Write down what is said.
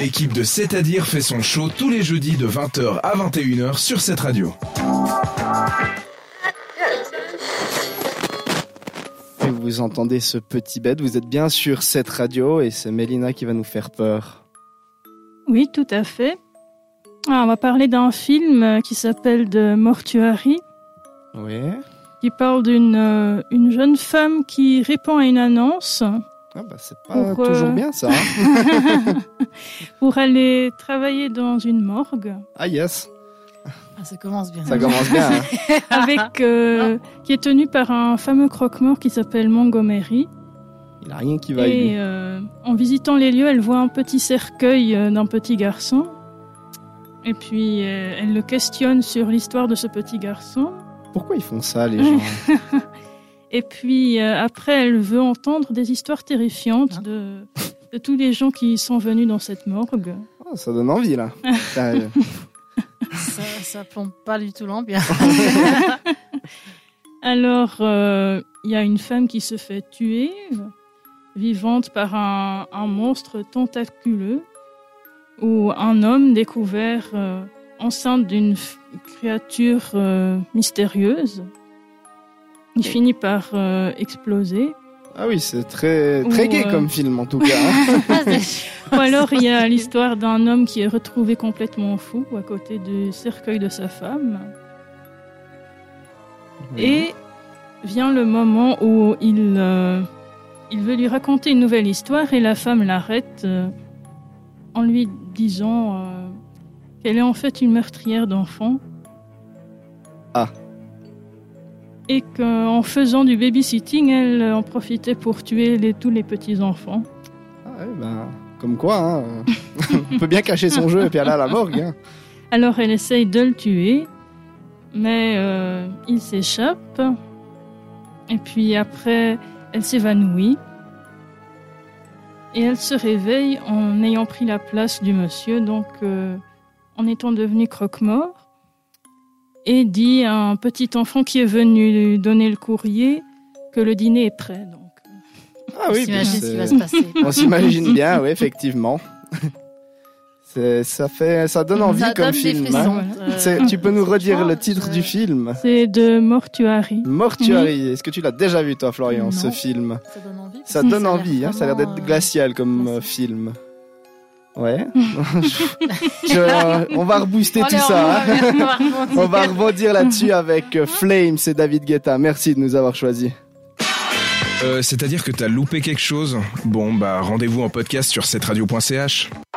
L'équipe de C'est-à-dire fait son show tous les jeudis de 20h à 21h sur cette radio. Et vous entendez ce petit bête, vous êtes bien sur cette radio et c'est Mélina qui va nous faire peur. Oui, tout à fait. On va parler d'un film qui s'appelle The Mortuary. Oui. Qui parle d'une une jeune femme qui répond à une annonce. Ah bah c'est pas toujours bien ça. Pour aller travailler dans une morgue. Ah yes. Ah, ça commence bien. Ça commence bien. Hein. Avec qui est tenu par un fameux croque-mort qui s'appelle Montgomery. Il a rien qui va. Et en visitant les lieux, elle voit un petit cercueil d'un petit garçon. Et puis elle le questionne sur l'histoire de ce petit garçon. Pourquoi ils font ça, les gens? Et puis après, elle veut entendre des histoires terrifiantes de tous les gens qui sont venus dans cette morgue. Oh, ça donne envie, là. ça plombe pas du tout l'ambiance. Alors, il y a une femme qui se fait tuer, vivante par un monstre tentaculeux, ou un homme découvert enceinte d'une créature mystérieuse. Il finit par exploser. Ah oui, c'est très gay comme film en tout cas. Ou alors il y a l'histoire d'un homme qui est retrouvé complètement fou à côté du cercueil de sa femme. Oui. Et vient le moment où il veut lui raconter une nouvelle histoire et la femme l'arrête en lui disant qu'elle est en fait une meurtrière d'enfants. Ah. Et qu'en faisant du babysitting, elle en profitait pour tuer tous les petits-enfants. Ah ouais, ben, comme quoi, hein, on peut bien cacher son jeu et puis aller à la morgue. Hein. Alors elle essaye de le tuer, mais il s'échappe. Et puis après, elle s'évanouit. Et elle se réveille en ayant pris la place du monsieur, donc en étant devenu croque-mort. Et dit à un petit enfant qui est venu lui donner le courrier que le dîner est prêt. Donc. Ah oui, on s'imagine ce qui va se passer. On s'imagine bien, oui, effectivement. Ça donne envie ça comme donne film. Hein. Tu peux nous redire le titre du film? C'est The Mortuary. Mortuary. Est-ce que tu l'as déjà vu, toi, Florian, non. Ce film? Ça donne envie. Ça donne envie, hein, ça a l'air d'être glacial comme film. Ouais. On va rebooster tout ça. Hein. On va rebondir là-dessus avec Flames et David Guetta. Merci de nous avoir choisis. C'est-à-dire que t'as loupé quelque chose? Bon, bah rendez-vous en podcast sur cetteradio.ch.